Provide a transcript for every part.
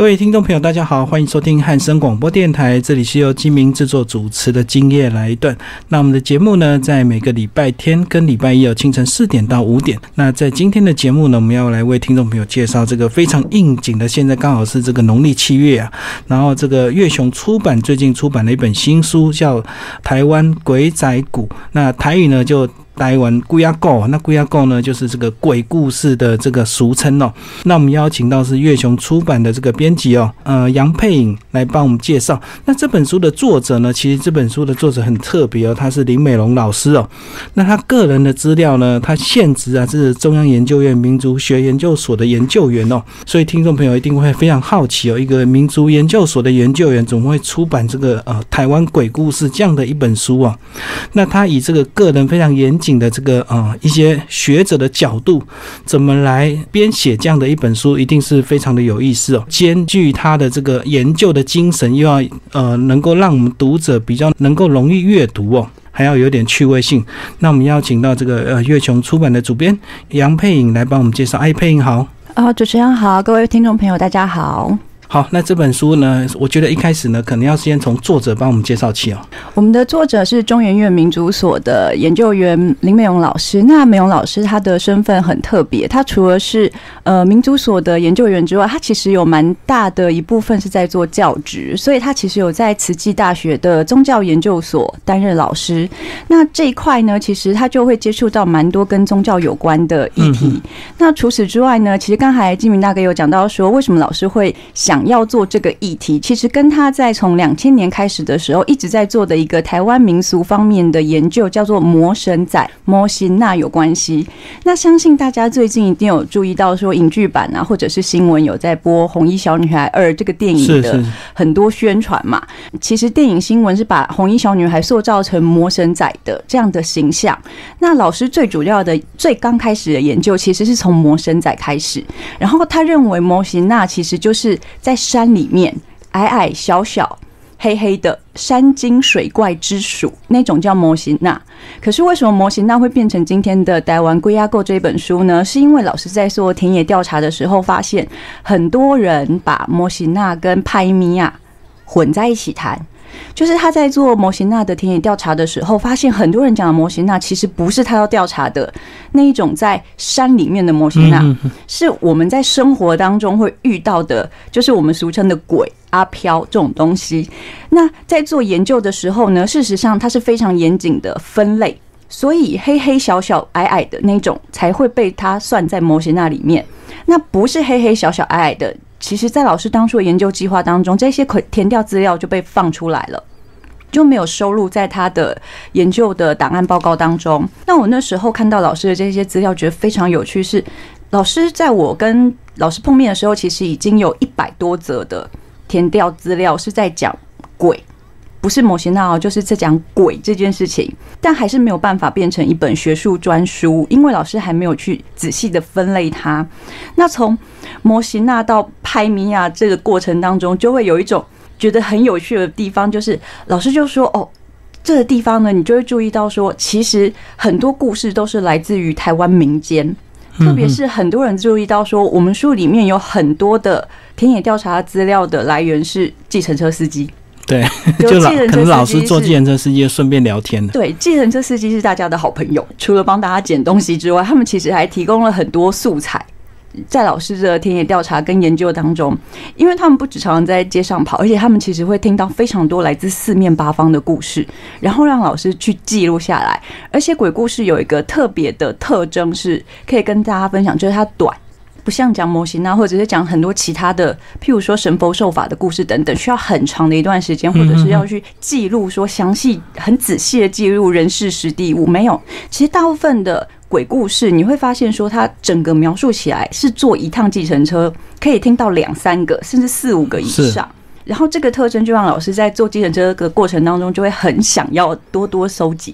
各位听众朋友大家好，欢迎收听汉声广播电台，这里是由金明制作主持的今夜来一段。那我们的节目呢，在每个礼拜天跟礼拜一有清晨4点到5点。那在今天的节目呢，我们要来为听众朋友介绍这个非常应景的，现在刚好是这个农历7月啊，然后这个月雄出版最近出版了一本新书，叫《台湾鬼仔谷》，那台语呢就台湾鬼仔故，那鬼仔故呢就是这个鬼故事的这个俗称哦。那我们邀请到是月雄出版的这个编辑杨佩颖来帮我们介绍。那这本书的作者呢，其实这本书的作者很特别哦，他是林美龙老师哦。那他个人的资料呢，他现职啊是中央研究院民族学研究所的研究员哦，所以听众朋友一定会非常好奇哦，一个民族研究所的研究员怎么会出版这个台湾鬼故事这样的一本书啊？那他以这个个人非常严谨的这个一些学者的角度，怎么来编写这样的一本书，一定是非常的有意思哦。兼具他的这个研究的精神，又要能够让我们读者比较能够容易阅读哦，还要有点趣味性。那我们邀请到这个月雄出版的主编杨佩颖来帮我们介绍。佩颖好。 主持人好，各位听众朋友大家好。 好，那这本书呢，我觉得一开始呢，可能要先从作者帮我们介绍起哦。 我们的作者是中研院民族所的研究员林美荣老师。那美荣老师她的身份很特别，她除了是民族所的研究员之外，她其实有蛮大的一部分是在做教职，所以她其实有在慈济大学的宗教研究所担任老师。那这一块呢，其实她就会接触到蛮多跟宗教有关的议题。那除此之外呢，其实刚才金明大哥有讲到说，为什么老师会想要做这个议题，其实跟他在从2000年开始的时候一直在做的一个台湾民俗方面的研究，叫做魔神仔魔神那有关系。那相信大家最近一定有注意到说影剧版啊，或者是新闻有在播《红衣小女孩2》这个电影的很多宣传嘛。其实电影新闻是把红衣小女孩塑造成魔神仔的这样的形象。那老师最主要的最刚开始的研究其实是从魔神仔开始，然后他认为魔神那其实就是在山里面矮矮小小黑黑的山精水怪之属，那种叫魔神那。可是为什么魔神那会变成今天的台湾鬼仔故这本书呢？是因为老师在做田野调查的时候发现，很多人把魔神那跟派咪啊混在一起谈。就是他在做魔神那的田野调查的时候，发现很多人讲的魔神那其实不是他要调查的那一种在山里面的魔神那，是我们在生活当中会遇到的，就是我们俗称的鬼阿飘这种东西。那在做研究的时候呢，事实上它是非常严谨的分类，所以黑黑小小矮矮的那种才会被他算在魔神那里面。那不是黑黑小小矮矮的，其实在老师当初的研究计划当中，这些填调资料就被放出来了，就没有收录在他的研究的档案报告当中。那我那时候看到老师的这些资料觉得非常有趣，是老师在我跟老师碰面的时候，其实已经有100多则的填调资料是在讲鬼，不是魔神那，就是在讲鬼这件事情，但还是没有办法变成一本学术专书，因为老师还没有去仔细的分类它。那从魔神那到派咪呀这个过程当中，就会有一种觉得很有趣的地方，就是老师就说这个地方呢，你就会注意到说，其实很多故事都是来自于台湾民间，特别是很多人注意到说，我们书里面有很多的田野调查资料的来源是计程车司机。 对，就可能老师坐计程车司机顺便聊天的。 对，计程车司机是大家的好朋友，除了帮大家捡东西之外，他们其实还提供了很多素材。在老师的田野调查跟研究当中，因为他们不只常常在街上跑，而且他们其实会听到非常多来自四面八方的故事，然后让老师去记录下来。而且鬼故事有一个特别的特征是可以跟大家分享，就是它短，不像讲魔神啊，或者是讲很多其他的，譬如说神佛受法的故事等等，需要很长的一段时间，或者是要去记录说详细、很仔细的记录人事时地物。没有，其实大部分的鬼故事你会发现说，它整个描述起来是坐一趟计程车可以听到2、3个，甚至4、5个以上。然后这个特征就让老师在做计程车的过程当中，就会很想要多多收集它。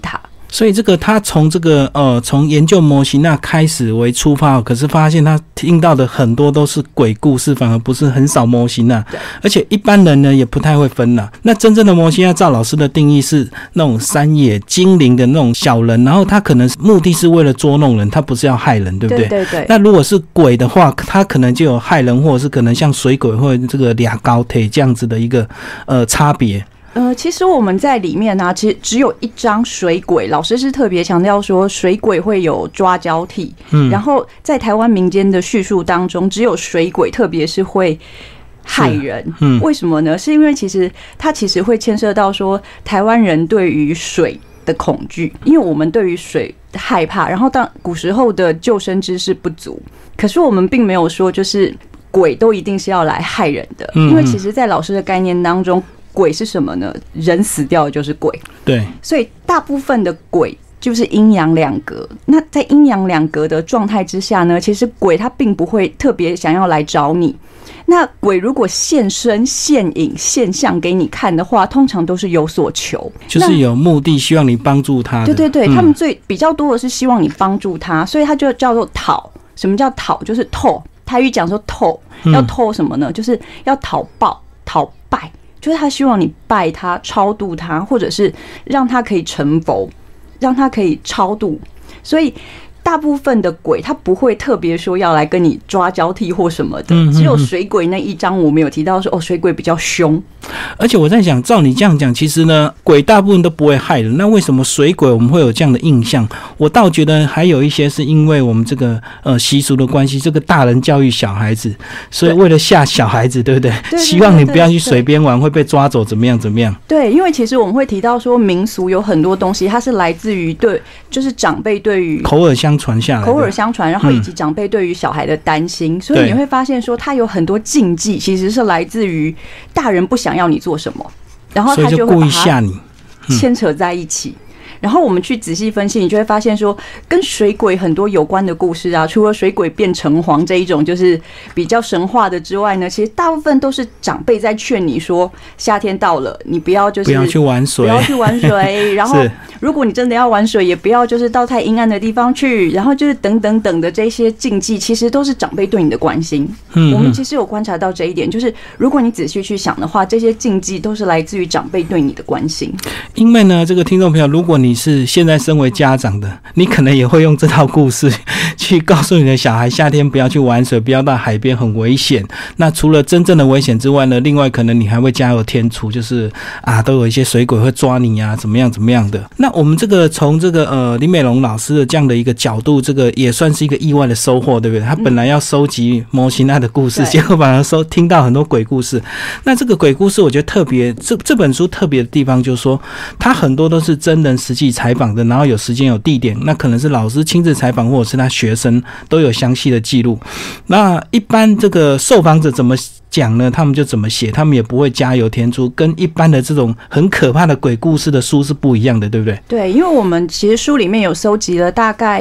所以这个他从这个从研究模型那开始为出发，可是发现他听到的很多都是鬼故事，反而不是很少模型啊。而且一般人呢也不太会分啦。那真正的模型要照老师的定义是那种山野精灵的那种小人，然后他可能目的是为了捉弄人，他不是要害人，对不对？ 对对对。 那如果是鬼的话，他可能就有害人，或者是可能像水鬼或者这个俩高腿这样子的一个差别。 其实我们在里面呢，其实只有一张水鬼，老师是特别强调说水鬼会有抓交替，然后在台湾民间的叙述当中，只有水鬼特别是会害人，为什么呢？是因为它其实会牵涉到说台湾人对于水的恐惧，因为我们对于水害怕，然后当古时候的救生知识不足，可是我们并没有说就是鬼都一定是要来害人的，因为其实在老师的概念当中，鬼是什么呢？人死掉的就是鬼，对，所以大部分的鬼就是阴阳两隔。那在阴阳两隔的状态之下呢，其实鬼他并不会特别想要来找你。那鬼如果现身、现影、现象给你看的话，通常都是有所求， 就是有目的，希望你帮助他的。 对对对，他们比较多的是希望你帮助他，所以他就叫做讨。什么叫讨？就是透。台语讲说透，要透什么呢？就是要讨报、讨拜。就是他希望你拜他、超度他，或者是让他可以成佛，让他可以超度。所以大部分的鬼他不会特别说要来跟你抓交替或什么的，只有水鬼那一章我们有提到说水鬼比较凶。 而且我在想，照你这样讲，其实呢鬼大部分都不会害人，那为什么水鬼我们会有这样的印象？我倒觉得还有一些是因为我们这个习俗的关系，这个大人教育小孩子，所以为了吓小孩子，对不对？希望你不要去水边玩，会被抓走，怎么样怎么样。对，因为其实我们会提到说民俗有很多东西它是来自于就是长辈对于口耳相传下来的，口耳相传，然后以及长辈对于小孩的担心，所以你会发现说它有很多禁忌其实是来自于大人不想要你做什么，然后他就会把它牵扯在一起。然后我们去仔细分析，你就会发现说跟水鬼很多有关的故事啊，除了水鬼变城隍这一种就是比较神话的之外呢，其实大部分都是长辈在劝你说夏天到了你不要不要去玩水，然后如果你真的要玩水也不要就是到太阴暗的地方去，然后就是等等等的这些禁忌其实都是长辈对你的关心。我们其实有观察到这一点，就是如果你仔细去想的话，这些禁忌都是来自于长辈对你的关心。因为呢这个听众朋友，如果你是现在身为家长的，你可能也会用这套故事去告诉你的小孩夏天不要去玩水，不要到海边，很危险。那除了真正的危险之外呢，另外可能你还会加油添醋，就是都有一些水鬼会抓你啊，怎么样怎么样的。那我们这个从这个林美龙老师的这样的一个角度，这个也算是一个意外的收获，对不对？他本来要收集摩西娜的故事，结果反而听到很多鬼故事。那这个鬼故事我觉得特别，这本书特别的地方就是说它很多都是真人实际采访的，然后有时间有地点，那可能是老师亲自采访或者是他学生都有详细的记录。那一般这个受访者怎么讲呢？他们就怎么写，他们也不会加油添醋，跟一般的这种很可怕的鬼故事的书是不一样的，对不对？对，因为我们其实书里面有收集了大概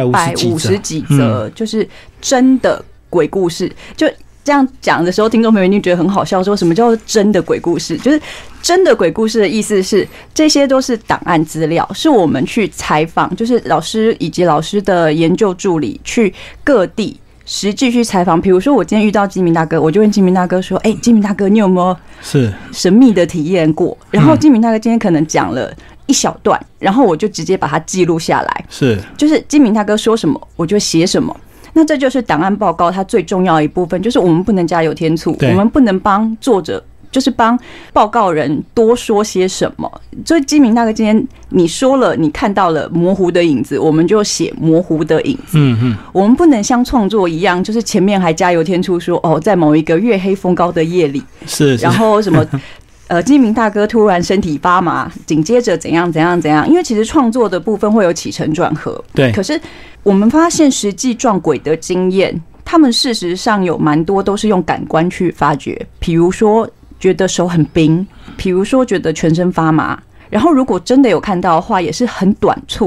150几则，就是真的鬼故事。就这样讲的时候，听众朋友一定觉得很好笑，说什么叫做真的鬼故事？就是真的鬼故事的意思是，这些都是档案资料，是我们去采访，就是老师以及老师的研究助理去各地实际去采访。比如说我今天遇到金明大哥，我就问金明大哥说金明大哥你有没有神秘的体验过？然后金明大哥今天可能讲了一小段，然后我就直接把它记录下来，就是金明大哥说什么我就写什么。那这就是档案报告它最重要的一部分，就是我们不能加油添醋，我们不能帮作者就是帮报告人多说些什么。所以金明大哥今天你说了你看到了模糊的影子，我们就写模糊的影子。我们不能像创作一样，就是前面还加油添醋说在某一个月黑风高的夜里，然后什么金明大哥突然身体发麻，紧接着怎样怎样怎样。因为其实创作的部分会有起承转合，对。可是我们发现实际撞鬼的经验，他们事实上有蛮多都是用感官去发掘，比如说觉得手很冰，比如说觉得全身发麻，然后如果真的有看到的话，也是很短促。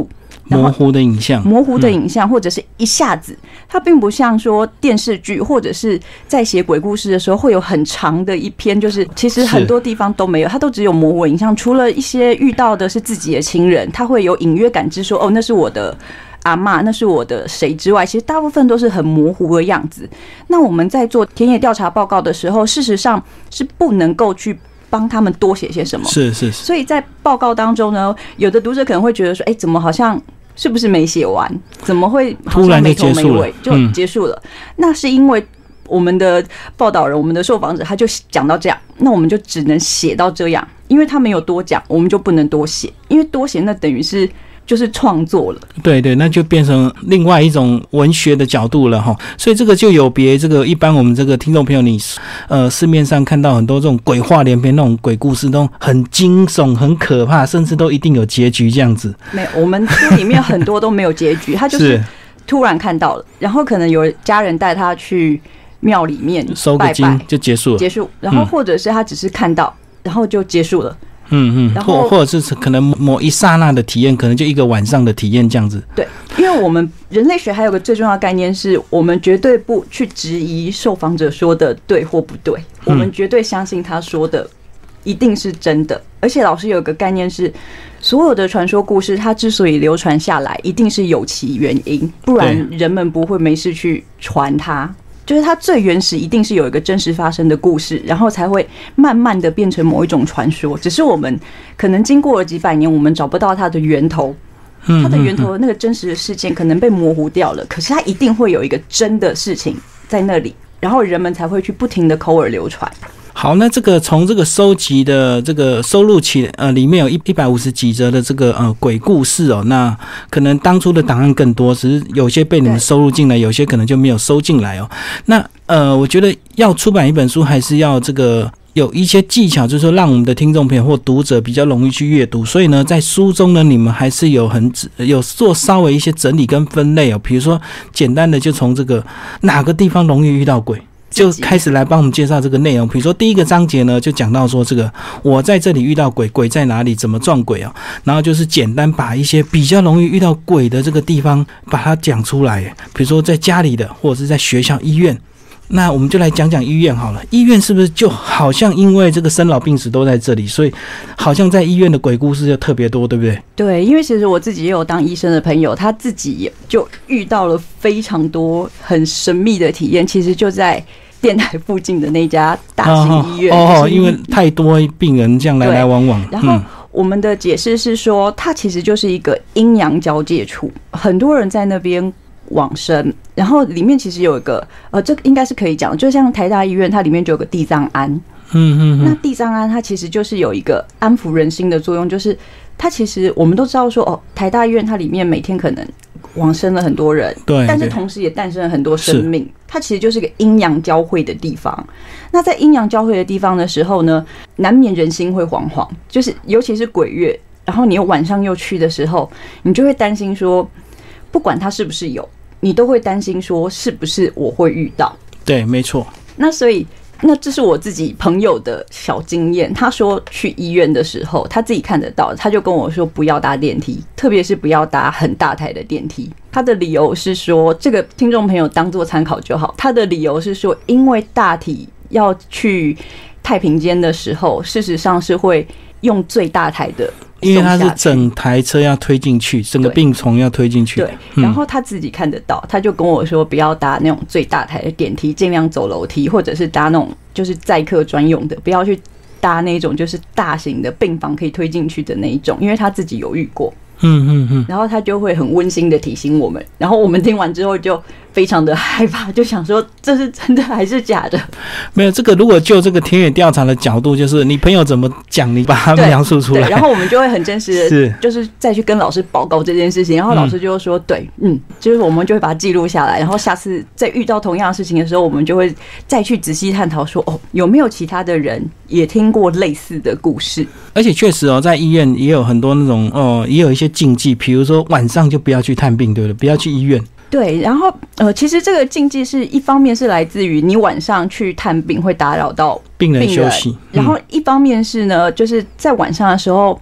模糊的影像，或者是一下子，它并不像说电视剧或者是在写鬼故事的时候会有很长的一篇，就是其实很多地方都没有，它都只有模糊影像，除了一些遇到的是自己的亲人，他会有隐约感知说，哦，那是我的阿嬷，那是我的谁之外，其实大部分都是很模糊的样子。那我们在做田野调查报告的时候，事实上是不能够去帮他们多写些什么， 是， 所以在报告当中呢，有的读者可能会觉得说，怎么好像是不是没写完？怎么会好像没头没尾就结束了？那是因为我们的报道人，我们的受访者他就讲到这样，那我们就只能写到这样，因为他没有多讲，我们就不能多写，因为多写那等于是就是创作了， 对，那就变成另外一种文学的角度了哈。所以这个就有别这个一般我们这个听众朋友，你市面上看到很多这种鬼话连篇那种鬼故事，都很惊悚、很可怕，甚至都一定有结局这样子。 没有，我们书里面很多都没有结局，他就是突然看到了，然后可能有家人带他去庙里面收个经就结束了， 然后或者是他只是看到，然后就结束了。 然后或者是可能某一刹那的体验，可能就一个晚上的体验这样子。 对，因为我们人类学还有个最重要的概念是，我们绝对不去质疑受访者说的对或不对，我们绝对相信他说的一定是真的。而且老师有个概念是，所有的传说故事它之所以流传下来，一定是有其原因，不然人们不会没事去传它。就是它最原始一定是有一个真实发生的故事，然后才会慢慢的变成某一种传说，只是我们可能经过了几百年，我们找不到它的源头，它的源头那个真实的事件可能被模糊掉了，可是它一定会有一个真的事情在那里，然后人们才会去不停的口耳流传。 好，那这个从这个收集的这个收录起里面有150几则的这个鬼故事哦，那可能当初的档案更多，只是有些被你们收录进来，有些可能就没有收进来哦。那我觉得要出版一本书，还是要这个有一些技巧，就是说让我们的听众朋友或读者比较容易去阅读。所以呢，在书中呢，你们还是有做稍微一些整理跟分类哦，比如说简单的就从这个哪个地方容易遇到鬼，就开始来帮我们介绍这个内容。比如说第一个章节呢，就讲到说这个我在这里遇到鬼，鬼在哪里，怎么撞鬼啊？然后就是简单把一些比较容易遇到鬼的这个地方把它讲出来，比如说在家里的，或者是在学校、医院。那我们就来讲讲医院好了。医院是不是就好像因为这个生老病死都在这里，所以好像在医院的鬼故事就特别多，对不对？ 对，因为其实我自己也有当医生的朋友，他自己也就遇到了非常多很神秘的体验，其实就在电台附近的那家大型医院。 因为太多病人这样来来往往。 然后我们的解释是说，它其实就是一个阴阳交界处，很多人在那边往生，然后里面其实有一个这个应该是可以讲，就像台大医院，它里面就有个地藏庵。那地藏庵它其实就是有一个安抚人心的作用，就是它其实我们都知道说，台大医院它里面每天可能往生了很多人， 对， 但是同时也诞生了很多生命，它其实就是一个阴阳交汇的地方。那在阴阳交汇的地方的时候呢，难免人心会惶惶，就是尤其是鬼月，然后你又晚上又去的时候，你就会担心说，不管它是不是有，你都会担心说是不是我会遇到。 对，没错。 那所以那这是我自己朋友的小经验，他说去医院的时候他自己看得到，他就跟我说不要搭电梯，特别是不要搭很大台的电梯。他的理由是说，这个听众朋友当作参考就好，他的理由是说，因为大体要去太平间的时候，事实上是会用最大台的， 因为它是整台车要推进去，整个病床要推进去。 对，然后他自己看得到，他就跟我说不要搭那种最大台的电梯，尽量走楼梯，或者是搭那种就是载客专用的，不要去搭那种就是大型的病房可以推进去的那一种，因为他自己有遇过。然后他就会很温馨的提醒我们，然后我们听完之后就非常的害怕，就想说这是真的还是假的？ 没有，这个如果就这个田野调查的角度，就是你朋友怎么讲，你把它描述出来， 对，然后我们就会很真实的，就是再去跟老师报告这件事情，然后老师就说对，就是我们就会把它记录下来，然后下次再遇到同样的事情的时候，我们就会再去仔细探讨说，有没有其他的人也听过类似的故事？而且确实在医院也有很多那种也有一些禁忌，比如说晚上就不要去探病，对不对？不要去医院。 对，然后其实这个禁忌是一方面是来自于你晚上去探病会打扰到病人休息， 然后一方面是呢，就是在晚上的时候，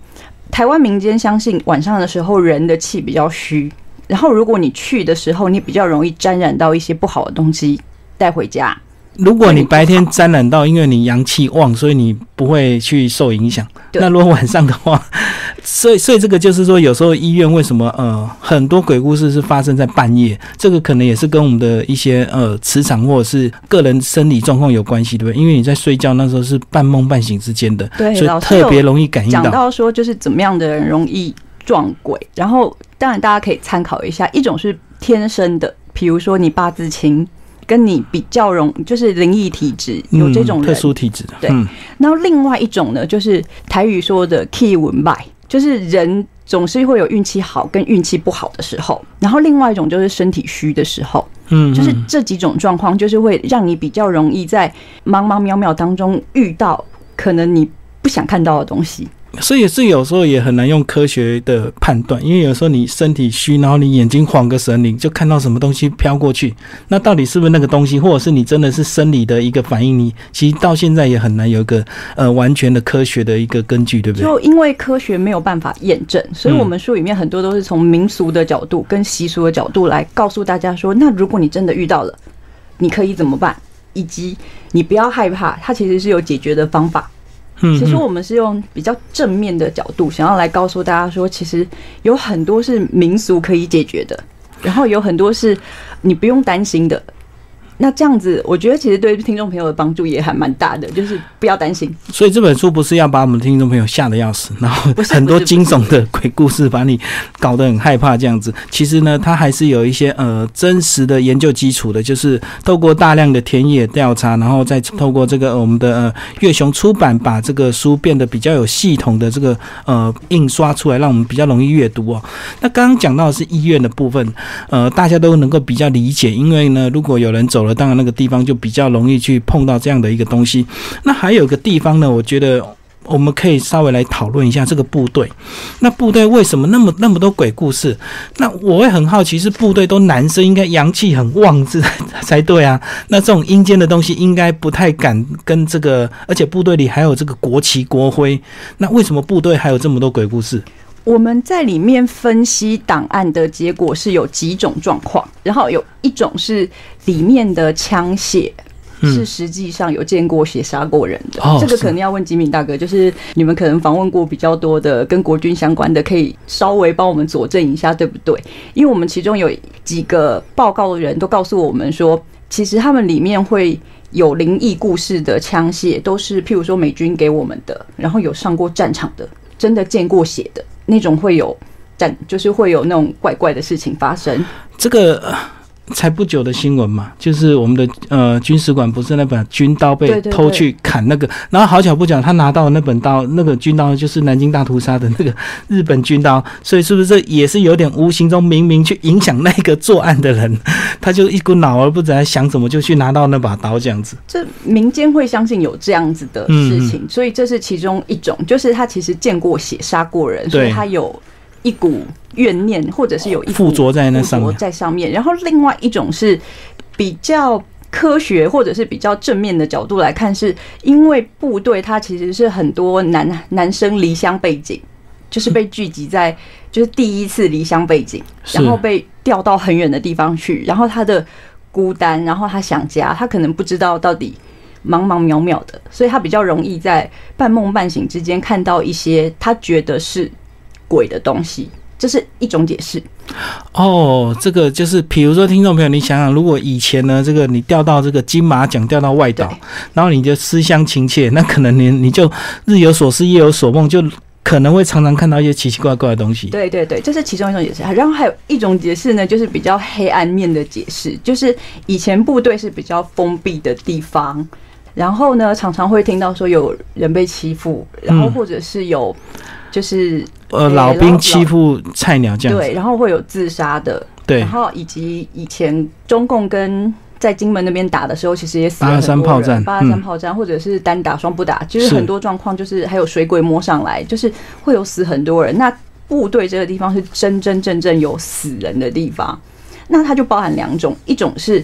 台湾民间相信晚上的时候人的气比较虚，然后如果你去的时候，你比较容易沾染到一些不好的东西带回家。 如果你白天沾染到，因为你阳气旺，所以你不会去受影响。那如果晚上的话，所以这个就是说，有时候医院为什么很多鬼故事是发生在半夜，这个可能也是跟我们的一些磁场或者是个人生理状况有关系，对不对？因为你在睡觉那时候是半梦半醒之间的， 对， 所以特别容易感应到。 讲到说就是怎么样的人容易撞鬼，然后当然大家可以参考一下，一种是天生的，比如说你八字轻。跟你比较就是灵异体质有这种人， 特殊体质， 对。然后另外一种呢，就是台语说的 key 文败，就是人总是会有运气好跟运气不好的时候。然后另外一种就是身体虚的时候，就是这几种状况，就是会让你比较容易在茫茫渺渺当中遇到可能你不想看到的东西。 所以是有时候也很难用科学的判断，因为有时候你身体虚，然后你眼睛晃个神，你就看到什么东西飘过去，那到底是不是那个东西，或者是你真的是生理的一个反应，你其实到现在也很难有一个完全的科学的一个根据，对不对？ 就因为科学没有办法验证，所以我们书里面很多都是从民俗的角度跟习俗的角度来告诉大家说，那如果你真的遇到了，你可以怎么办，以及你不要害怕，它其实是有解决的方法。其实我们是用比较正面的角度，想要来告诉大家说，其实有很多是民俗可以解决的，然后有很多是你不用担心的。那这样子，我觉得其实对听众朋友的帮助也还蛮大的，就是不要担心。 所以这本书不是要把我们听众朋友吓得要死，然后很多惊悚的鬼故事把你搞得很害怕这样子。其实呢，它还是有一些真实的研究基础的，就是透过大量的田野调查，然后再透过这个我们的月雄出版把这个书变得比较有系统的这个印刷出来，让我们比较容易阅读哦。那刚刚讲到的是医院的部分，大家都能够比较理解，因为呢，如果有人走了，当然那个地方就比较容易去碰到这样的一个东西。那还有一个地方呢，我觉得我们可以稍微来讨论一下这个部队。那部队为什么那么多鬼故事？那我会很好奇，是部队都男生应该阳气很旺才对啊。那这种阴间的东西应该不太敢跟这个，而且部队里还有这个国旗国徽，那为什么部队还有这么多鬼故事？ 我们在里面分析档案的结果是有几种状况，然后有一种是里面的枪械是实际上有见过血杀过人的，这个可能要问吉敏大哥，就是你们可能访问过比较多的跟国军相关的，可以稍微帮我们佐证一下，对不对？因为我们其中有几个报告的人都告诉我们说，其实他们里面会有灵异故事的枪械，都是譬如说美军给我们的，然后有上过战场的，真的见过血的那种，会有就是会有那种怪怪的事情发生。这个才不久的新闻嘛，就是我们的军事馆不是那本军刀被偷去砍那个，对对对，然后好巧不巧他拿到那本刀，那个军刀就是南京大屠杀的那个日本军刀，所以是不是这也是有点无形中明明去影响那个作案的人，他就一股脑儿不知道想什么就去拿到那把刀这样子。这民间会相信有这样子的事情，所以这是其中一种，就是他其实见过血杀过人，所以他有一股怨念，或者是有一股附着在上面。然后另外一种是比较科学或者是比较正面的角度来看，是因为部队它其实是很多男生离乡背景，就是被聚集在就是第一次离乡背景，然后被调到很远的地方去，然后他的孤单，然后他想家，他可能不知道到底茫茫渺渺的，所以他比较容易在半梦半醒之间看到一些他觉得是鬼的东西，这是一种解释。哦，这个就是比如说听众朋友，你想想，如果以前呢，这个你调到这个金马奖，调到外岛，然后你就思乡情切，那可能你就日有所思夜有所梦，就可能会常常看到一些奇奇怪怪的东西。对对对，这是其中一种解释。然后还有一种解释呢，就是比较黑暗面的解释，就是以前部队是比较封闭的地方，然后呢常常会听到说有人被欺负，然后或者是有就是老兵欺负菜鸟这样子，对，然后会有自杀的，对，然后以及以前中共跟在金门那边打的时候，其实也死了很多人，823炮战，或者是单打双不打，就是很多状况，就是还有水鬼摸上来，就是会有死很多人。那部队这个地方是真真正正有死人的地方，那它就包含两种，一种是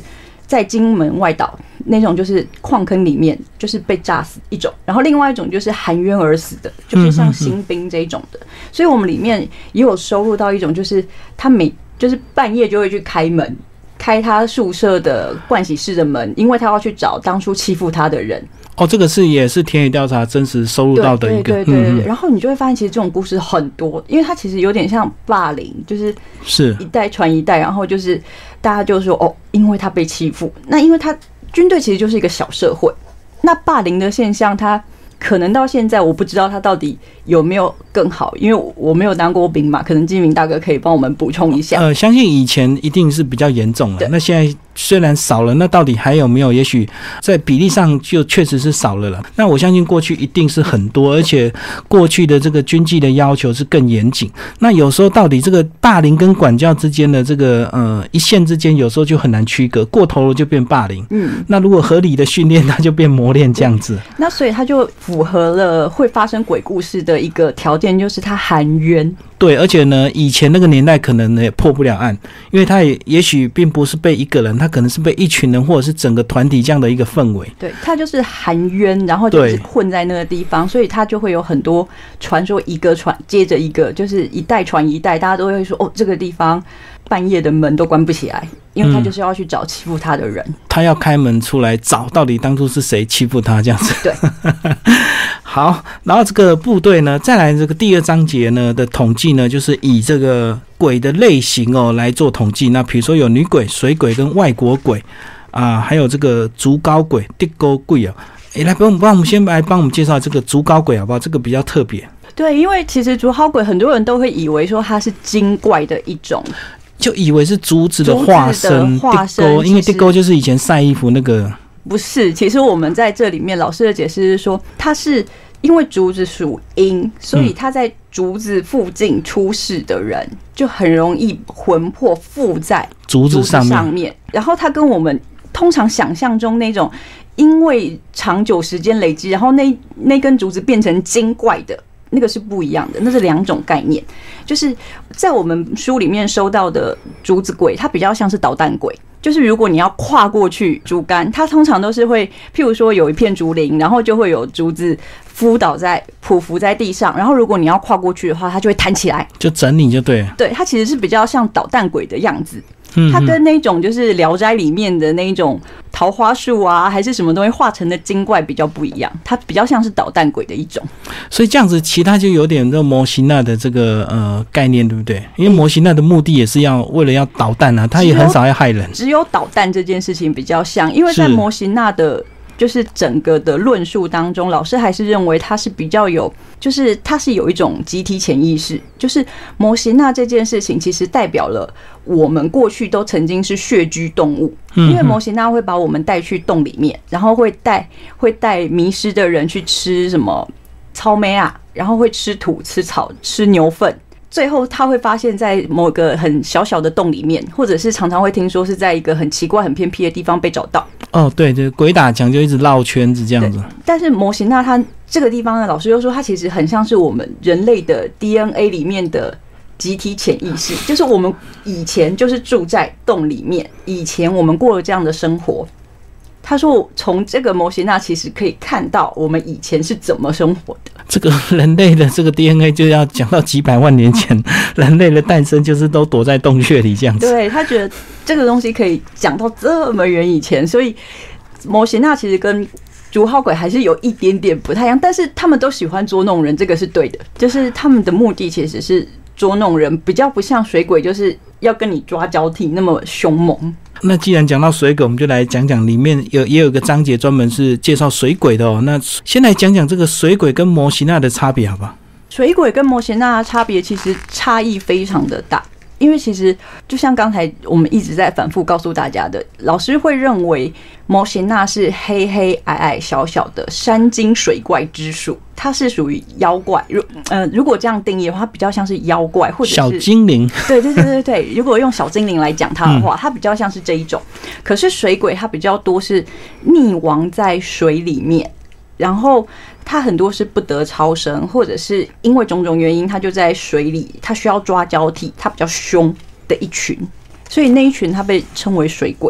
在金门外岛那种就是矿坑里面就是被炸死一种，然后另外一种就是含冤而死的，就是像新兵这一种的。所以我们里面也有收录到一种，就是他就是半夜就会去开他宿舍的盥洗室的门，因为他要去找当初欺负他的人。 哦，这个也是田野调查真实收录到的一个， 对。然后你就会发现，其实这种故事很多，因为它其实有点像霸凌，就是一代传一代，然后就是大家就说哦，因为他被欺负，那因为他军队其实就是一个小社会，那霸凌的现象，它可能到现在我不知道它到底有没有更好，因为我没有当过兵嘛，可能金明大哥可以帮我们补充一下。 相信以前一定是比较严重了，那现在虽然少了，那到底还有没有？也许在比例上就确实是少了了。那我相信过去一定是很多，而且过去的这个军纪的要求是更严谨。那有时候到底这个霸凌跟管教之间的这个一线之间，有时候就很难区隔，过头了就变霸凌。那如果合理的训练，它就变磨练这样子。 那所以它就符合了会发生鬼故事的一个条件，就是它含冤。 对，而且呢，以前那个年代可能也破不了案，因为他也许并不是被一个人，他可能是被一群人或者是整个团体这样的一个氛围。 对，他就是含冤，然后就是混在那个地方，所以他就会有很多传说，一个传接着一个，就是一代传一代，大家都会说哦，这个地方半夜的门都关不起来，因为他就是要去找欺负他的人， 他要开门出来找到底当初是谁欺负他这样子。 对。 好，然后这个部队呢，再来这个第二章节呢的统计呢，就是以这个鬼的类型来做统计。那比如说有女鬼、水鬼跟外国鬼啊，还有这个竹篙鬼、地沟鬼啊。来帮我们先来帮我们介绍这个竹篙鬼好不好？这个比较特别。 对，因为其实竹篙鬼很多人都会以为说它是精怪的一种， 就以为是竹子的化身，地沟，因为地沟就是以前晒衣服那个。 不是，其实我们在这里面老师的解释是说，它是因为竹子属阴，所以它在竹子附近出事的人，就很容易魂魄附在竹子上面。然后它跟我们通常想象中那种因为长久时间累积，然后那根竹子变成精怪的那个是不一样的，那是两种概念。就是在我们书里面收到的竹子鬼，它比较像是捣蛋鬼。就是如果你要跨过去竹竿，它通常都是会，譬如说有一片竹林，然后就会有竹子匍匐在地上，然后如果你要跨过去的话，它就会弹起来， 就整你就对了。 对，它其实是比较像捣蛋鬼的样子。它跟那种就是《聊斋》里面的那种桃花树啊，还是什么东西化成的精怪比较不一样，它比较像是捣蛋鬼的一种。所以这样子，其他就有点这摩西娜的这个概念，对不对？因为摩西娜的目的也是为了要捣蛋啊，他也很少要害人。 只有捣蛋这件事情比较像，因为在摩西娜的。就是整个的论述当中，老师还是认为它是比较有，就是它是有一种集体潜意识，就是摩西娜这件事情其实代表了我们过去都曾经是穴居动物，因为摩西娜会把我们带去洞里面，然后会带迷失的人去吃什么草莓啊，然后会吃土、吃草、吃牛粪。最后他会发现在某个很小小的洞里面，或者是常常会听说是在一个很奇怪很偏僻的地方被找到。 哦，对，就是鬼打墙就一直绕圈子这样子。 但是摩西娜它这个地方呢，老师又说它其实很像是我们人类的 DNA 里面的集体潜意识，就是我们以前就是住在洞里面，以前我们过了这样的生活。他说从这个摩西娜其实可以看到我们以前是怎么生活的。 这个人类的这个 DNA 就要讲到几百万年前，人类的诞生就是都躲在洞穴里这样子。 对，他觉得这个东西可以讲到这么远以前，所以摩西娜其实跟竹蒿鬼还是有一点点不太一样，但是他们都喜欢捉弄人，这个是对的，就是他们的目的其实是捉弄人，比较不像水鬼就是要跟你抓交替那么凶猛。 那既然讲到水鬼，我们就来讲讲里面也有一个章节专门是介绍水鬼的哦。那先来讲讲这个水鬼跟摩西娜的差别好不好？ 水鬼跟摩西娜的差别其实差异非常的大，因为其实就像刚才我们一直在反复告诉大家的，老师会认为摩西娜是黑黑矮矮小小的山精水怪之属，它是属于妖怪。如果这样定义的话，它比较像是妖怪或者是小精灵。 对，如果用小精灵来讲它的话，它比较像是这一种。可是水鬼它比较多是溺亡在水里面，然后它很多是不得超生，或者是因为种种原因，它就在水里，它需要抓交替，它比较凶的一群，所以那一群它被称为水鬼。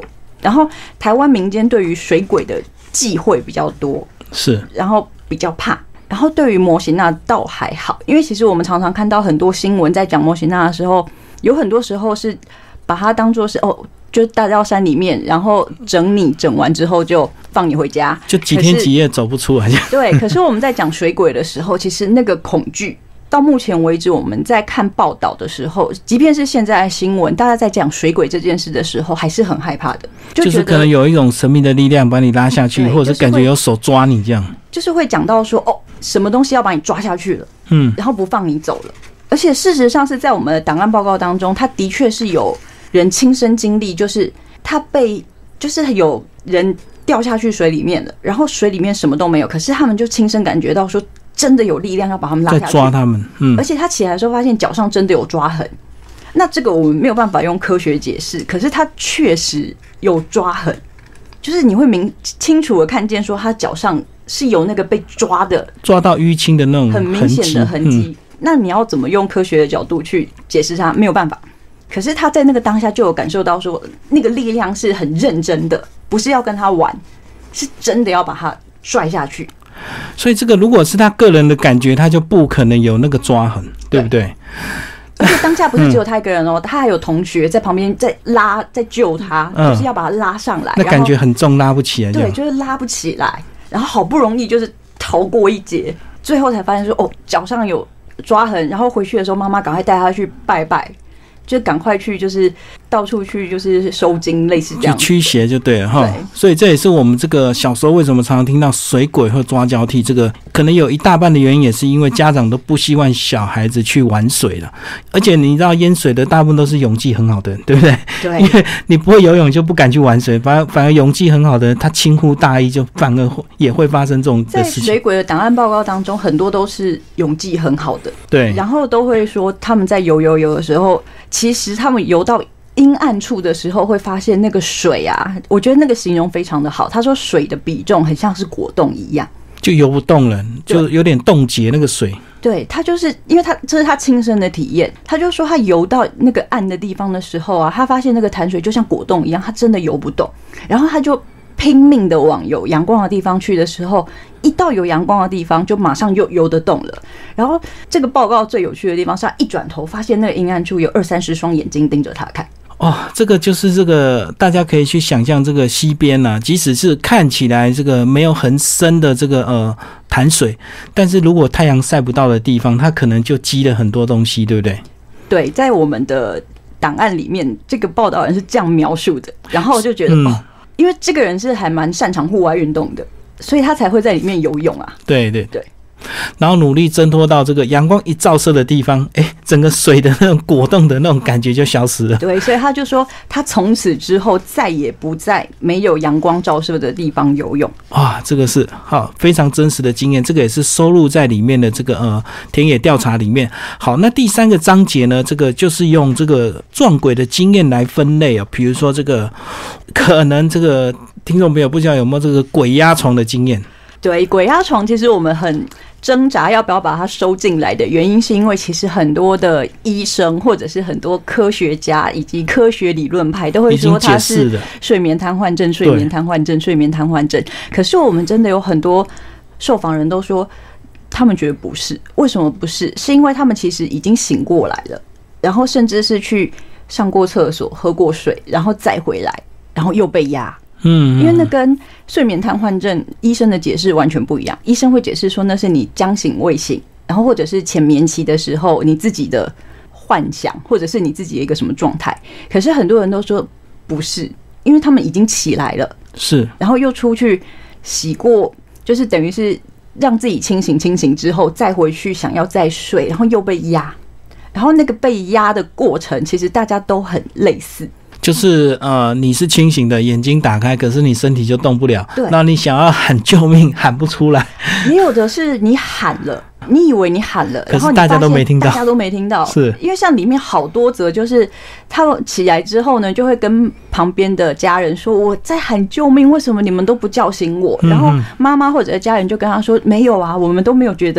然后台湾民间对于水鬼的忌讳比较多， 是， 然后比较怕。然后对于摩西娜倒还好，因为其实我们常常看到很多新闻在讲摩西娜的时候，有很多时候是把它当作是就带到山里面，然后整完之后就放你回家， 就几天几夜走不出来。 对，可是我们在讲水鬼的时候，其实那个恐惧到目前为止，我们在看报道的时候，即便是现在的新闻，大家在讲水鬼这件事的时候，还是很害怕的， 就是可能有一种神秘的力量把你拉下去，或者是感觉有手抓你这样， 就是会讲到说什么东西要把你抓下去了，然后不放你走了。而且事实上是在我们的档案报告当中，他的确是有人亲身经历，就是他就是有人掉下去水里面了，然后水里面什么都没有，可是他们就亲身感觉到说真的有力量要把他们拉下去， 在抓他们。 而且他起来的时候发现脚上真的有抓痕，那这个我们没有办法用科学解释，可是他确实有抓痕，就是你会清楚的看见说他脚上是有那个被抓到淤青的那种很明显的痕迹。那你要怎么用科学的角度去解释它？没有办法。可是他在那个当下就有感受到说，那个力量是很认真的，不是要跟他玩，是真的要把他拽下去。 所以这个如果是他个人的感觉，他就不可能有那个抓痕，对不对？ 而且当下不是只有他一个人哦，他还有同学在旁边在救他，就是要把他拉上来。 那感觉很重，拉不起来。 对，就是拉不起来，然后好不容易就是逃过一劫，最后才发现说脚上有抓痕，然后回去的时候妈妈赶快带他去拜拜，就赶快去就是到处去就是收金，类似这样去驱邪就对了哈。所以这也是我们这个小时候为什么常常听到水鬼或抓交替，这个可能有一大半的原因也是因为家长都不希望小孩子去玩水了，而且你知道淹水的大部分都是泳技很好的人，对不对？ 对， 因为你不会游泳就不敢去玩水，反而泳技很好的人他轻忽大意，就反而也会发生这种的事情。 在水鬼的档案报告当中，很多都是泳技很好的， 对， 然后都会说他们在游的时候，其实他们游到阴暗处的时候会发现那个水啊，我觉得那个形容非常的好。他说水的比重很像是果冻一样， 就游不动了，就有点冻结那个水。 对，他就是因为这是他亲身的体验，他就说他游到那个暗的地方的时候啊，他发现那个潭水就像果冻一样，他真的游不动，然后他就拼命的往有阳光的地方去的时候，一到有阳光的地方就马上又游得动了。然后这个报告最有趣的地方是他一转头发现那个阴暗处有20-30双眼睛盯着他看。 这个就是这个大家可以去想象，这个溪边啊，即使是看起来这个没有很深的这个潭水，但是如果太阳晒不到的地方，它可能就积了很多东西，对不对？ 对，在我们的档案里面，这个报道人是这样描述的，然后我就觉得因为这个人是还蛮擅长户外运动的，所以他才会在里面游泳啊。 对对对。然后努力挣脱到这个阳光一照射的地方，整个水的那种果冻的那种感觉就消失了。 对，所以他就说他从此之后再也不在没有阳光照射的地方游泳。 这个是非常真实的经验，这个也是收录在里面的这个田野调查里面。好，那第3个章节呢，这个就是用这个撞鬼的经验来分类啊，比如说这个可能这个听众朋友不知道有没有这个鬼压床的经验。 对，鬼压床其实我们很挣扎要不要把它收进来的原因，是因为其实很多的医生或者是很多科学家以及科学理论派都会说它是睡眠瘫痪症、睡眠瘫痪症、睡眠瘫痪症。可是我们真的有很多受访人都说他们觉得不是。为什么不是？是因为他们其实已经醒过来了，然后甚至是去上过厕所、喝过水，然后再回来，然后又被压。因为那跟睡眠瘫痪症医生的解释完全不一样。医生会解释说那是你将醒未醒，然后或者是浅眠期的时候你自己的幻想，或者是你自己的一个什么状态。可是很多人都说不是，因为他们已经起来了， 是， 然后又出去洗过，就是等于是让自己清醒之后再回去想要再睡，然后又被压，然后那个被压的过程其实大家都很类似。 就是你是清醒的，眼睛打开，可是你身体就动不了。 对， 那你想要喊救命，喊不出来。 也有的是你喊了，你以为你喊了， 可是大家都没听到， 大家都没听到。 是因为像里面好多则，就是他们起来之后呢，就会跟旁边的家人说：“我在喊救命，为什么你们都不叫醒我？”然后妈妈或者家人就跟他说：“没有啊，我们都没有觉得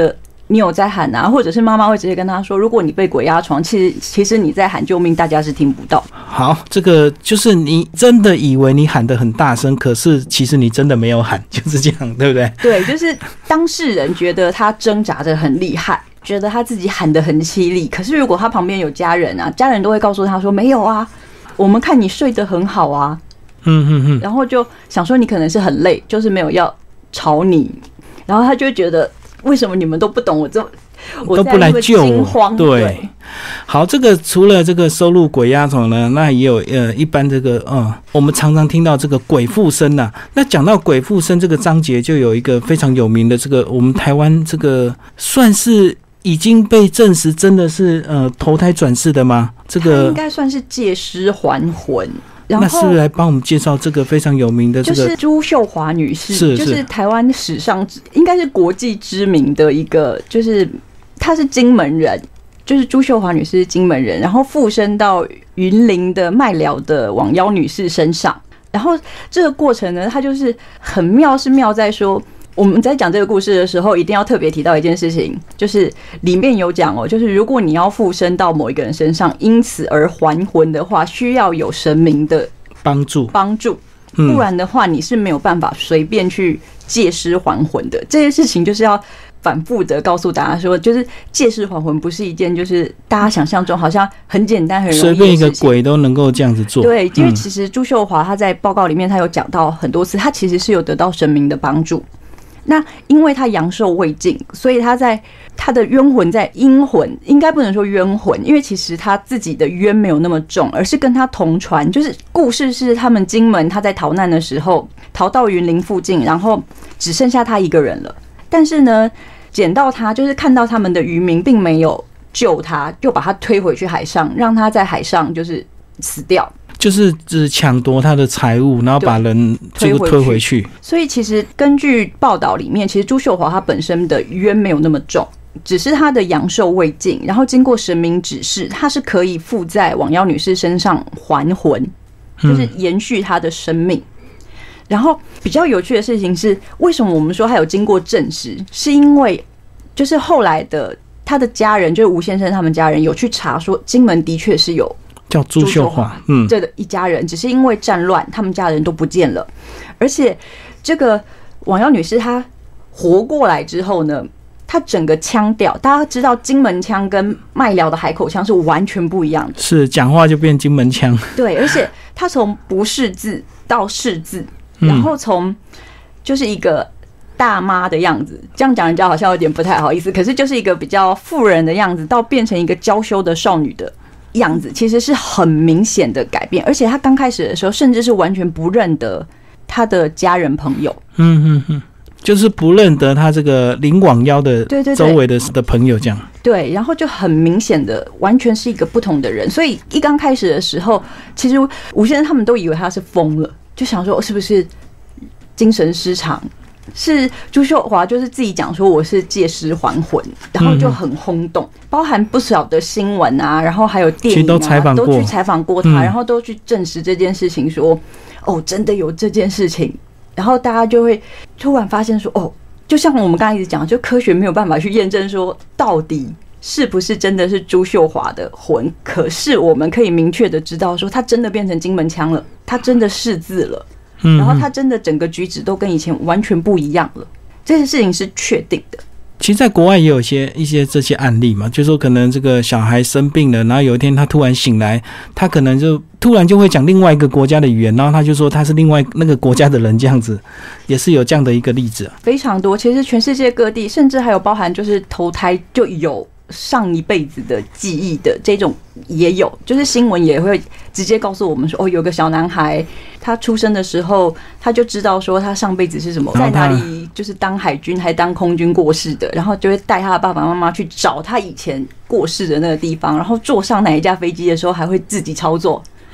你有在喊啊，或者是妈妈会直接跟他说，如果你被鬼压床，其实你在喊救命，大家是听不到。 好，这个就是你真的以为你喊得很大声，可是其实你真的没有喊，就是这样，对不对？ 对，就是当事人觉得他挣扎得很厉害，觉得他自己喊得很凄厉，可是如果他旁边有家人啊，家人都会告诉他说没有啊，我们看你睡得很好啊，然后就想说你可能是很累，就是没有要吵你，然后他就会觉得为什么你们都不懂我都不来救我？ 对， 好，这个除了这个收录鬼压床呢，那也有一般这个我们常常听到这个鬼附身呐。那讲到鬼附身这个章节，就有一个非常有名的这个我们台湾这个算是已经被证实真的是投胎转世的吗？这个应该算是借尸还魂。然后那是不是来帮我们介绍这个非常有名的这个？ 就是朱秀华女士， 是就是台湾史上应该是国际知名的一个，就是她是金门人，就是朱秀华女士是金门人，然后附身到云林的麦寮的网妖女士身上，然后这个过程呢，它就是很妙，是妙在说。我们在讲这个故事的时候，一定要特别提到一件事情，就是里面有讲就是如果你要附身到某一个人身上，因此而还魂的话，需要有神明的帮助，不然的话你是没有办法随便去借尸还魂的。这件事情就是要反复的告诉大家说，就是借尸还魂不是一件就是大家想象中好像很简单很容易的事情， 随便一个鬼都能够这样子做。 对，因为其实朱秀华他在报告里面他有讲到很多次，他其实是有得到神明的帮助。那因为他阳寿未尽，所以他在他的冤魂在阴魂，应该不能说冤魂，因为其实他自己的冤没有那么重，而是跟他同船。就是故事是他们金门他在逃难的时候逃到云林附近，然后只剩下他一个人了。但是呢，捡到他就是看到他们的渔民并没有救他，就把他推回去海上，让他在海上就是死掉。就是只抢夺他的财物，然后把人这个推回去。 所以其实根据报道里面，其实朱秀华他本身的冤没有那么重，只是他的阳寿未尽，然后经过神明指示，他是可以附在网妖女士身上还魂，就是延续他的生命。然后比较有趣的事情是，为什么我们说他有经过证实，是因为就是后来的他的家人，就是吴先生他们家人有去查说，金门的确是有叫朱秀华， 这个一家人，只是因为战乱，他们家人都不见了。而且这个网妖女士她活过来之后呢，她整个腔调，大家知道金门腔跟麦寮的海口腔是完全不一样的， 是讲话就变金门腔。 对，而且她从不识字到识字，然后从就是一个大妈的样子，这样讲人家好像有点不太好意思，可是就是一个比较妇人的样子，到变成一个娇羞的少女的样子，其实是很明显的改变。而且他刚开始的时候，甚至是完全不认得他的家人朋友， 就是不认得他这个灵网妖的周围的朋友这样。 对，然后就很明显的完全是一个不同的人。所以一刚开始的时候，其实吴先生他们都以为他是疯了，就想说是不是精神失常。是朱秀华就是自己讲说我是借尸还魂，然后就很轰动，包含不少的新闻啊，然后还有电影啊，都去采访过他，然后都去证实这件事情说，真的有这件事情，然后大家就会突然发现说，就像我们刚才一直讲，就科学没有办法去验证说到底是不是真的是朱秀华的魂，可是我们可以明确的知道说他真的变成金门腔了，他真的识字了。然后他真的整个举止都跟以前完全不一样了，这件事情是确定的。 其实在国外也有一些这些案例嘛，就是说可能这个小孩生病了，然后有一天他突然醒来，他可能就突然就会讲另外一个国家的语言，然后他就说他是另外那个国家的人，这样子也是有这样的一个例子非常多。其实全世界各地，甚至还有包含就是投胎就有上一辈子的记忆的这种也有，就是新闻也会直接告诉我们说，有个小男孩他出生的时候他就知道说他上辈子是什么，在哪里就是当海军还当空军过世的，然后就会带他的爸爸妈妈去找他以前过世的那个地方，然后坐上哪一架飞机的时候还会自己操作，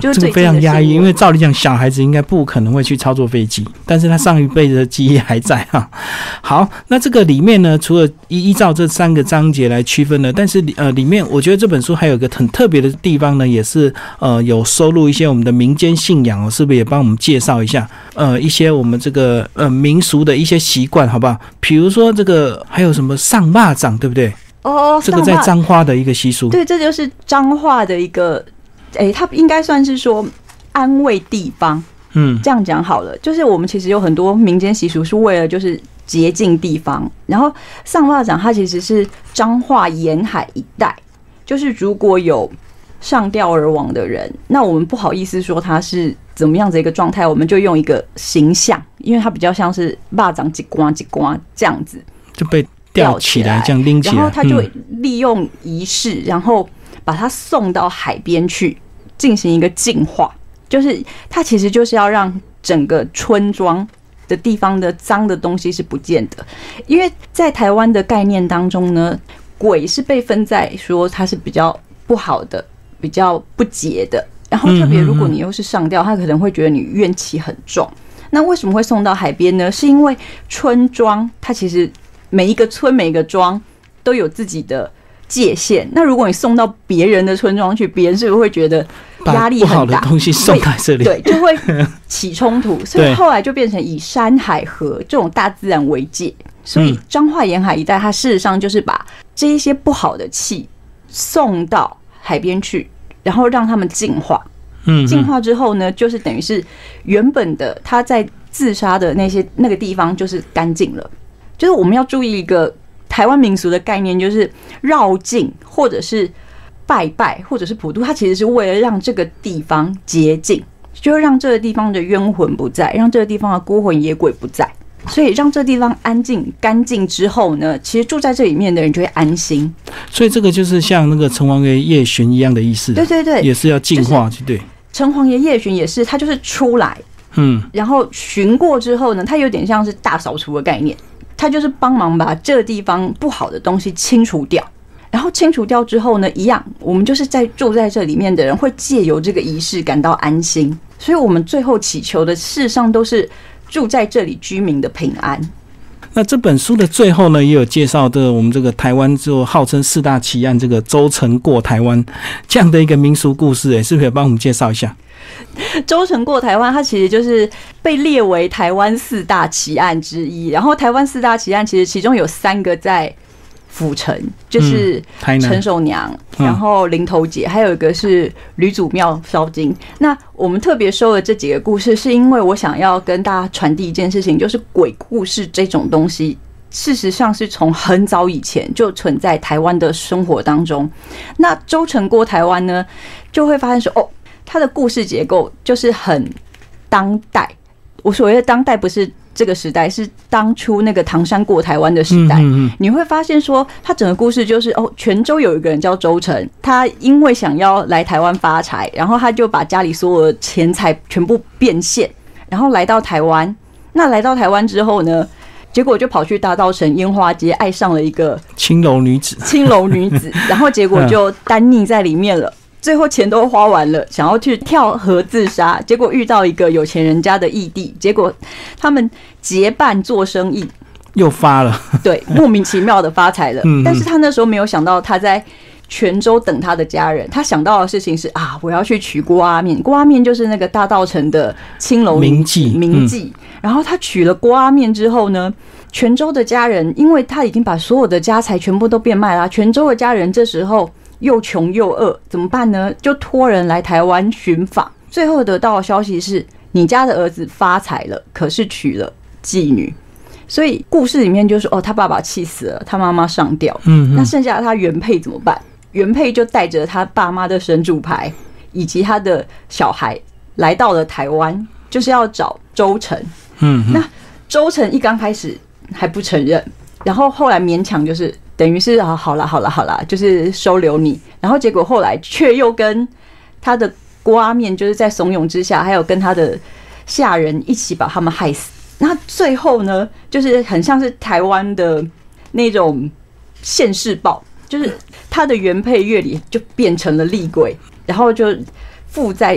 就是这个非常压抑，因为照理讲小孩子应该不可能会去操作飞机，但是他上一辈的记忆还在哈。好，那这个里面呢，除了依照这3个章节来区分呢，但是里面我觉得这本书还有一个很特别的地方呢，也是有收录一些我们的民间信仰是不是也帮我们介绍一下一些我们这个民俗的一些习惯，好不好？比如说这个还有什么上蚂蚱，对不对？这个在彰化的一个习俗。 对，这就是彰化的一个，它应该算是说安慰地方。这样讲好了，就是我们其实有很多民间习俗是为了就是洁净地方，然后上蚂蚱它其实是彰化沿海一带，就是如果有上吊而亡的人，那我们不好意思说他是怎么样的一个状态，我们就用一个形象，因为它比较像是蚂蚱一刮一刮这样子就被吊起来，这样拎起来， 然后他就利用仪式，然后把它送到海边去进行一个净化，就是它其实就是要让整个村庄的地方的脏的东西是不见的。因为在台湾的概念当中呢，鬼是被分在说它是比较不好的，比较不洁的，然后特别如果你又是上吊，他可能会觉得你怨气很重。那为什么会送到海边呢？是因为村庄它其实每一个村每一个庄都有自己的界限，那如果你送到别人的村庄去，别人是不是会觉得压力很大？ 把不好的东西送在这里， 对，就会起冲突。所以后来就变成以山海河这种大自然为界。所以彰化沿海一带，它事实上就是把这一些不好的气送到海边去，然后让他们净化。净化之后呢，就是等于是原本的他在自杀的那个地方就是干净了。就是我们要注意一个台湾民俗的概念，就是绕境或者是拜拜或者是普渡，它其实是为了让这个地方洁净，就是让这个地方的冤魂不在，让这个地方的孤魂野鬼不在。所以让这地方安静干净之后呢，其实住在这里面的人就会安心。 所以这个就是像那个城隍爷夜巡一样的意思。 对对对， 也是要净化，就是、对。 城隍爷夜巡也是，他就是出来，然后巡过之后呢，他有点像是大扫除的概念，他就是帮忙把这个地方不好的东西清除掉。然后清除掉之后呢，一样，我们就是在住在这里面的人会借由这个仪式感到安心。所以我们最后祈求的事实上都是住在这里居民的平安。 那这本书的最后呢，也有介绍的我们这个台湾就号称4大奇案，这个周成过台湾这样的一个民俗故事，是不是也帮我们介绍一下？ 周成过台湾，它其实就是被列为台湾4大奇案之一。然后台湾4大奇案，其实其中有3个在府城，就是陈守娘，然后林头姐，还有一个是吕祖庙烧金。那我们特别收了这几个故事，是因为我想要跟大家传递一件事情，就是鬼故事这种东西，事实上是从很早以前就存在台湾的生活当中。那周成过台湾呢，就会发现说，它的故事结构就是很当代。我所谓的当代不是这个时代，是当初那个唐山过台湾的时代。你会发现说，他整个故事就是泉州有一个人叫周成，他因为想要来台湾发财，然后他就把家里所有的钱财全部变现，然后来到台湾。那来到台湾之后呢，结果就跑去大稻埕烟花街，爱上了一个青楼女子， 然后结果就单溺在里面了。最后钱都花完了，想要去跳河自杀，结果遇到一个有钱人家的义弟，结果他们结伴做生意， 又发了， 对，莫名其妙的发财了。但是他那时候没有想到，他在泉州等他的家人，他想到的事情是我要去取锅阿面，锅阿面就是那个大稻埕的青楼名妓。然后他取了锅阿面之后呢，泉州的家人，因为他已经把所有的家财全部都变卖了，泉州的家人这时候又穷又饿，怎么办呢？就托人来台湾寻访，最后得到的消息是，你家的儿子发财了，可是娶了妓女。所以故事里面就说，他爸爸气死了，他妈妈上吊，那剩下他原配怎么办？原配就带着他爸妈的神主牌以及他的小孩来到了台湾，就是要找周成。那周成一刚开始还不承认，然后后来勉强就是等于是好啦，就是收留你。然后结果后来却又跟他的锅阿面，就是在怂恿之下，还有跟他的下人一起把他们害死。那最后呢，就是很像是台湾的那种现世报，就是他的原配月里就变成了厉鬼，然后就附在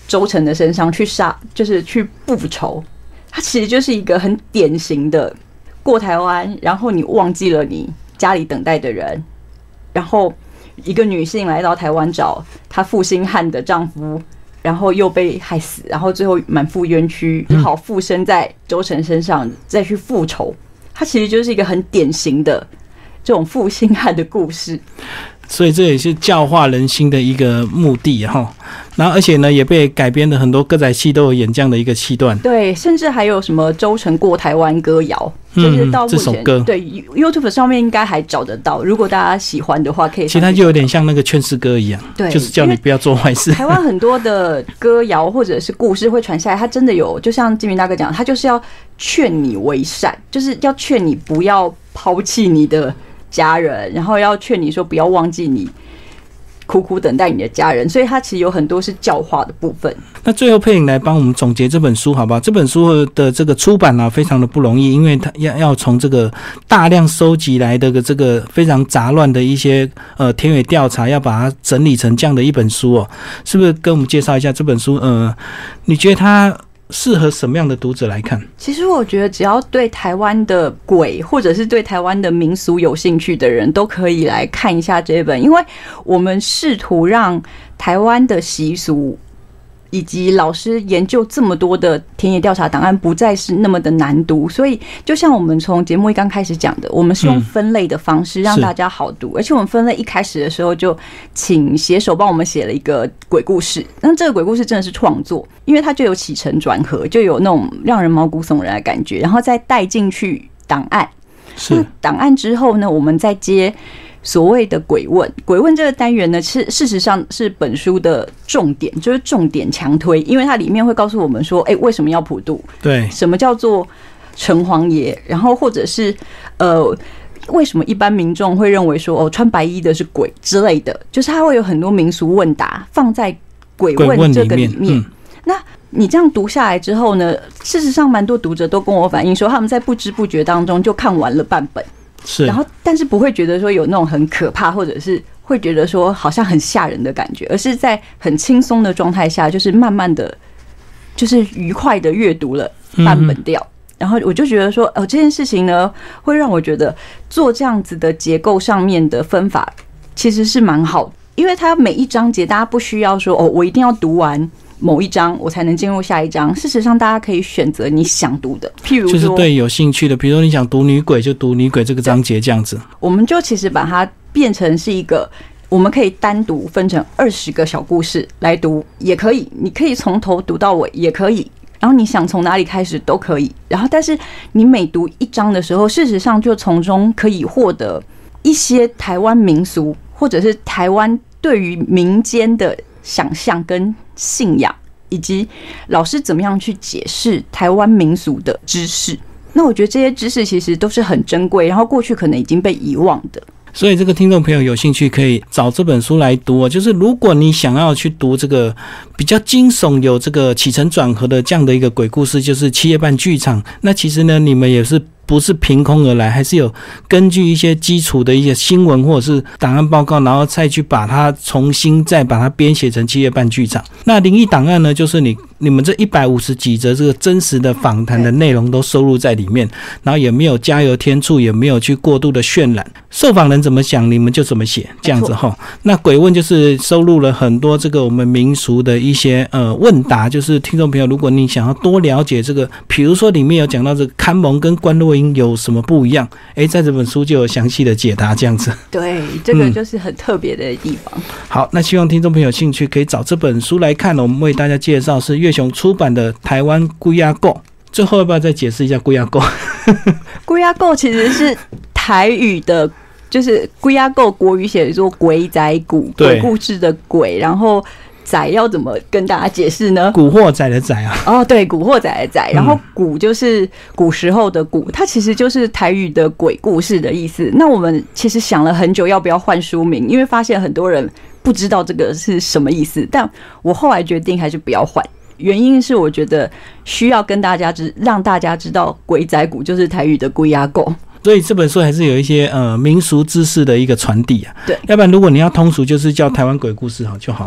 周成的身上去就是去复仇。他其实就是一个很典型的过台湾，然后你忘记了你家里等待的人，然后一个女性来到台湾找她负心汉的丈夫，然后又被害死，然后最后满腹冤屈，只好附身在周成身上再去复仇。他其实就是一个很典型的这种负心汉的故事。 所以这也是教化人心的一个目的哈，然后而且呢也被改编的很多歌仔戏都有演这样的一个戏段， 对，甚至还有什么周成过台湾歌谣，就是到目前这首歌对 YouTube 上面应该还找得到，如果大家喜欢的话可以。 其实它就有点像那个劝世歌一样，对，就是叫你不要做坏事。 台湾很多的歌谣或者是故事会传下来，它真的有，就像金明大哥讲，他就是要劝你为善，就是要劝你不要抛弃你的家人，然后要劝你说不要忘记你苦苦等待你的家人，所以它其实有很多是教化的部分。 那最后佩颖来帮我们总结这本书好不好？这本书的这个出版非常的不容易，因为它要从这个大量收集来的这个非常杂乱的一些田野调查，要把它整理成这样的一本书是不是跟我们介绍一下这本书？你觉得它适合什么样的读者来看？ 其实我觉得只要对台湾的鬼或者是对台湾的民俗有兴趣的人都可以来看一下这本，因为我们试图让台湾的习俗以及老师研究这么多的田野调查档案不再是那么的难读，所以就像我们从节目一刚开始讲的，我们是用分类的方式让大家好读，而且我们分类一开始的时候就请写手帮我们写了一个鬼故事，那这个鬼故事真的是创作，因为它就有起承转合，就有那种让人毛骨悚然的感觉，然后再带进去档案，是档案之后呢，我们再接所谓的鬼问。鬼问这个单元呢，事实上是本书的重点，就是重点强推，因为它里面会告诉我们说，为什么要普渡？对，什么叫做城隍爷？然后或者是为什么一般民众会认为说穿白衣的是鬼之类的？就是它会有很多民俗问答放在鬼问这个里面。那你这样读下来之后呢，事实上蛮多读者都跟我反映说，他们在不知不觉当中就看完了半本。是，然后但是不会觉得说有那种很可怕，或者是会觉得说好像很吓人的感觉，而是在很轻松的状态下，就是慢慢的，就是愉快的阅读了半本掉。然后我就觉得说，这件事情呢，会让我觉得做这样子的结构上面的分法其实是蛮好的，因为它每一章节大家不需要说我一定要读完某一章我才能进入下一章，事实上大家可以选择你想读的，譬如说就是对有兴趣的，比如说你想读女鬼就读女鬼这个章节这样子， 我们就其实把它变成是一个我们可以单独分成20个小故事来读也可以，你可以从头读到尾也可以，然后你想从哪里开始都可以，然后但是你每读一章的时候，事实上就从中可以获得一些台湾民俗或者是台湾对于民间的想象跟信仰，以及老师怎么样去解释台湾民俗的知识。那我觉得这些知识其实都是很珍贵，然后过去可能已经被遗忘的。 所以这个听众朋友有兴趣可以找这本书来读就是如果你想要去读这个比较惊悚有这个起承转合的这样的一个鬼故事，就是7夜半剧场，那其实呢你们也是不是凭空而来，还是有根据一些基础的一些新闻或者是档案报告，然后再去把它重新再把它编写成7夜半剧场。那灵异档案呢，就是你们这150几则这个真实的访谈的内容都收录在里面，然后也没有加油添醋，也没有去过度的渲染，受访人怎么想你们就怎么写这样子齁。那鬼问就是收录了很多这个我们民俗的一些问答，就是听众朋友如果你想要多了解这个，比如说里面有讲到这个看蒙跟观落阴有什么不一样，在这本书就有详细的解答这样子。 对，这个就是很特别的地方。 好，那希望听众朋友有兴趣可以找这本书来看我们为大家介绍是月雄出版的台湾龟仔鼓。最后要不要再解释一下龟仔鼓？ 龟仔鼓其实是台语的，就是龟仔鼓国语写作鬼仔鼓，鬼故事的鬼，然后仔要怎么跟大家解释呢？古惑仔的仔啊。哦，对，古惑仔的仔，然后古就是古时候的古，它其实就是台语的鬼故事的意思。那我们其实想了很久要不要换书名，因为发现很多人不知道这个是什么意思，但我后来决定还是不要换。原因是我觉得需要跟大家让大家知道鬼仔鼓就是台语的龟仔鼓，所以这本书还是有一些民俗知识的一个传递啊。对，要不然如果你要通俗，就是叫台湾鬼故事好就好了。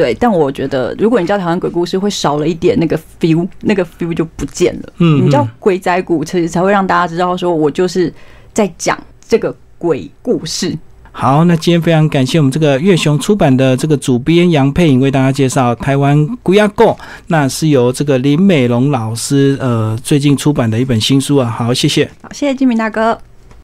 对，但我觉得如果你叫台湾鬼故事，会少了一点那个 feel， 那个 feel 就不见了。你叫鬼仔古，其实才会让大家知道说我就是在讲这个鬼故事。 好，那今天非常感谢我们这个月熊出版的这个主编杨佩颖为大家介绍台湾鬼仔故，那是由这个林美龙老师最近出版的一本新书啊。好，谢谢。 好，谢谢金明大哥。